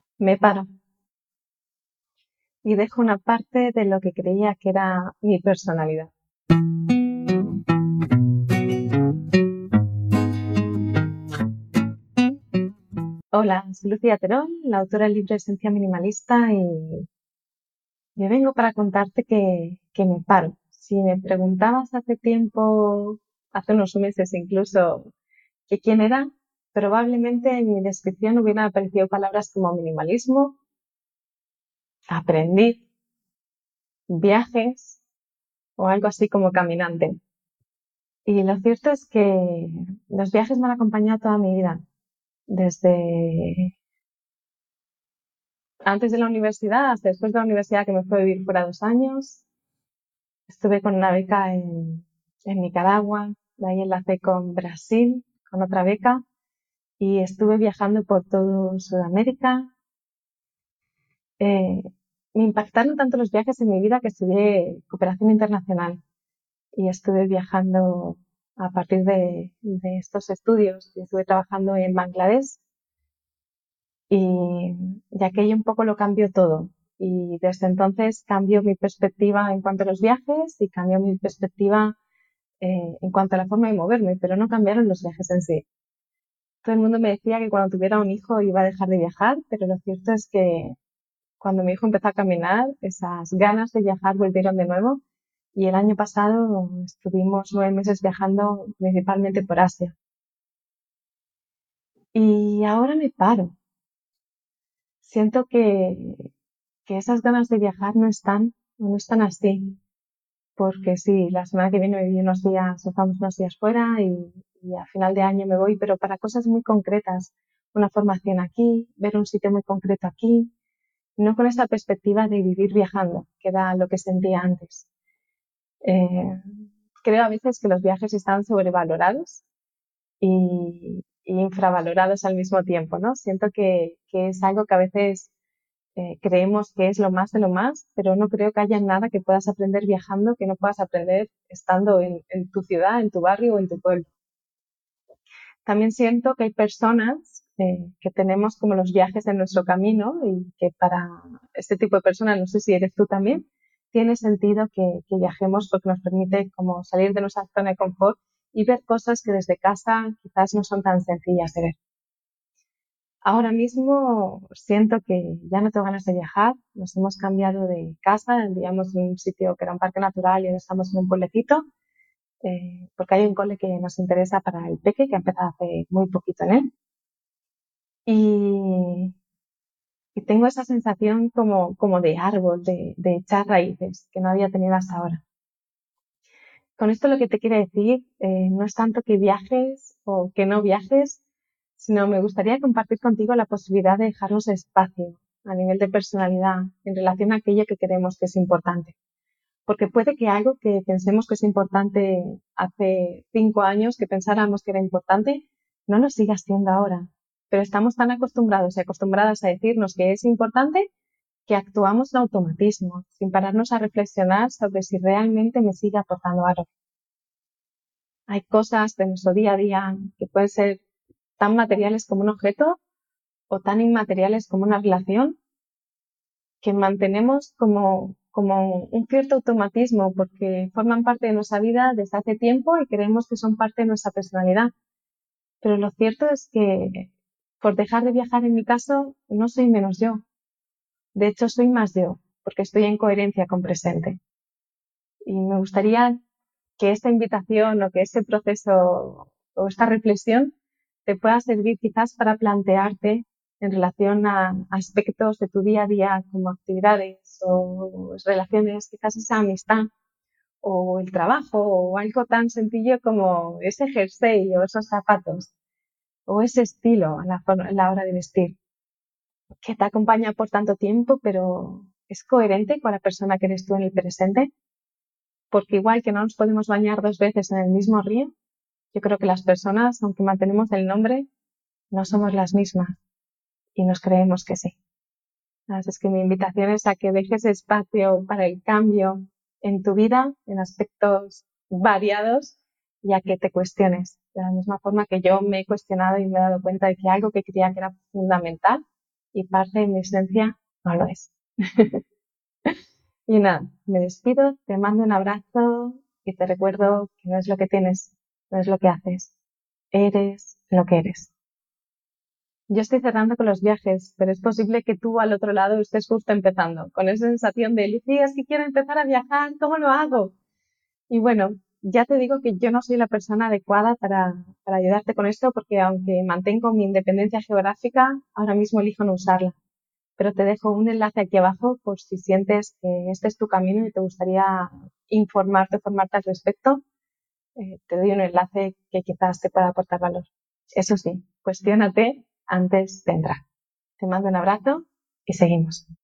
Me paro y dejo una parte de lo que creía que era mi personalidad. Hola, soy Lucía Terol, la autora del libro Esencia Minimalista, y yo vengo para contarte que me paro. Si me preguntabas hace tiempo, hace unos meses incluso, que quién era, probablemente en mi descripción hubieran aparecido palabras como minimalismo, aprendiz, viajes o algo así como caminante. Y lo cierto es que los viajes me han acompañado toda mi vida. Desde antes de la universidad hasta después de la universidad, que me fui a vivir fuera 2 años. Estuve con una beca en Nicaragua, de ahí enlacé con Brasil, con otra beca, y estuve viajando por todo Sudamérica. Eh, Me impactaron tanto los viajes en mi vida que estudié cooperación internacional y estuve viajando a partir de estos estudios. Y estuve trabajando en Bangladesh y aquello un poco lo cambió todo. Y desde entonces cambió mi perspectiva en cuanto a los viajes y cambió mi perspectiva en cuanto a la forma de moverme, pero no cambiaron los viajes en sí. Todo el mundo me decía que cuando tuviera un hijo iba a dejar de viajar, pero lo cierto es que cuando mi hijo empezó a caminar, esas ganas de viajar volvieron de nuevo, y el año pasado estuvimos 9 meses viajando principalmente por Asia. Y ahora me paro. Siento que esas ganas de viajar no están, o no están así. Porque sí, la semana que viene me voy unos días, nos vamos unos días fuera, y a final de año me voy, pero para cosas muy concretas. Una formación aquí, ver un sitio muy concreto aquí, no con esa perspectiva de vivir viajando, que era lo que sentía antes. Eh, Creo a veces que los viajes están sobrevalorados y infravalorados al mismo tiempo, ¿no? Siento que es algo que a veces creemos que es lo más de lo más, pero no creo que haya nada que puedas aprender viajando que no puedas aprender estando en tu ciudad, en tu barrio o en tu pueblo. También siento que hay personas que tenemos como los viajes en nuestro camino, y que para este tipo de personas, no sé si eres tú también, tiene sentido que viajemos porque nos permite como salir de nuestra zona de confort y ver cosas que desde casa quizás no son tan sencillas de ver. Ahora mismo siento que ya no tengo ganas de viajar. Nos hemos cambiado de casa, vivíamos en un sitio que era un parque natural y ahora estamos en un pueblecito, porque hay un cole que nos interesa para el peque, que ha empezado hace muy poquito en él. Y, y tengo esa sensación como de árbol, de echar raíces, que no había tenido hasta ahora. Con esto lo que te quiero decir no es tanto que viajes o que no viajes, sino me gustaría compartir contigo la posibilidad de dejarnos espacio a nivel de personalidad en relación a aquello que creemos que es importante. Porque puede que algo que pensemos que es importante hace 5 años, que pensáramos que era importante, no lo siga siendo ahora. Pero estamos tan acostumbrados y acostumbradas a decirnos que es importante, que actuamos en automatismo, sin pararnos a reflexionar sobre si realmente me sigue aportando algo. Hay cosas de nuestro día a día que pueden ser tan materiales como un objeto o tan inmateriales como una relación, que mantenemos como un cierto automatismo porque forman parte de nuestra vida desde hace tiempo y creemos que son parte de nuestra personalidad. Pero lo cierto es que por dejar de viajar, en mi caso, no soy menos yo. De hecho, soy más yo, porque estoy en coherencia con presente. Y me gustaría que esta invitación o que ese proceso o esta reflexión te pueda servir quizás para plantearte en relación a aspectos de tu día a día, como actividades o relaciones, quizás esa amistad o el trabajo o algo tan sencillo como ese jersey o esos zapatos o ese estilo a la hora de vestir, que te acompaña por tanto tiempo, pero es coherente con la persona que eres tú en el presente. Porque igual que no nos podemos bañar 2 veces en el mismo río, yo creo que las personas, aunque mantenemos el nombre, no somos las mismas y nos creemos que sí. Así es que mi invitación es a que dejes espacio para el cambio en tu vida, en aspectos variados, y a que te cuestiones. De la misma forma que yo me he cuestionado y me he dado cuenta de que algo que creía que era fundamental y parte de mi esencia no lo es. Y nada, me despido, te mando un abrazo y te recuerdo que no es lo que tienes, no es lo que haces, eres lo que eres. Yo estoy cerrando con los viajes, pero es posible que tú al otro lado estés justo empezando, con esa sensación de, Lucía, es que quiero empezar a viajar, ¿cómo lo hago? Y bueno, ya te digo que yo no soy la persona adecuada para ayudarte con esto, porque aunque mantengo mi independencia geográfica, ahora mismo elijo no usarla. Pero te dejo un enlace aquí abajo por si sientes que este es tu camino y te gustaría informarte, formarte al respecto. Te doy un enlace que quizás te pueda aportar valor. Eso sí, cuestiónate antes de entrar. Te mando un abrazo y seguimos.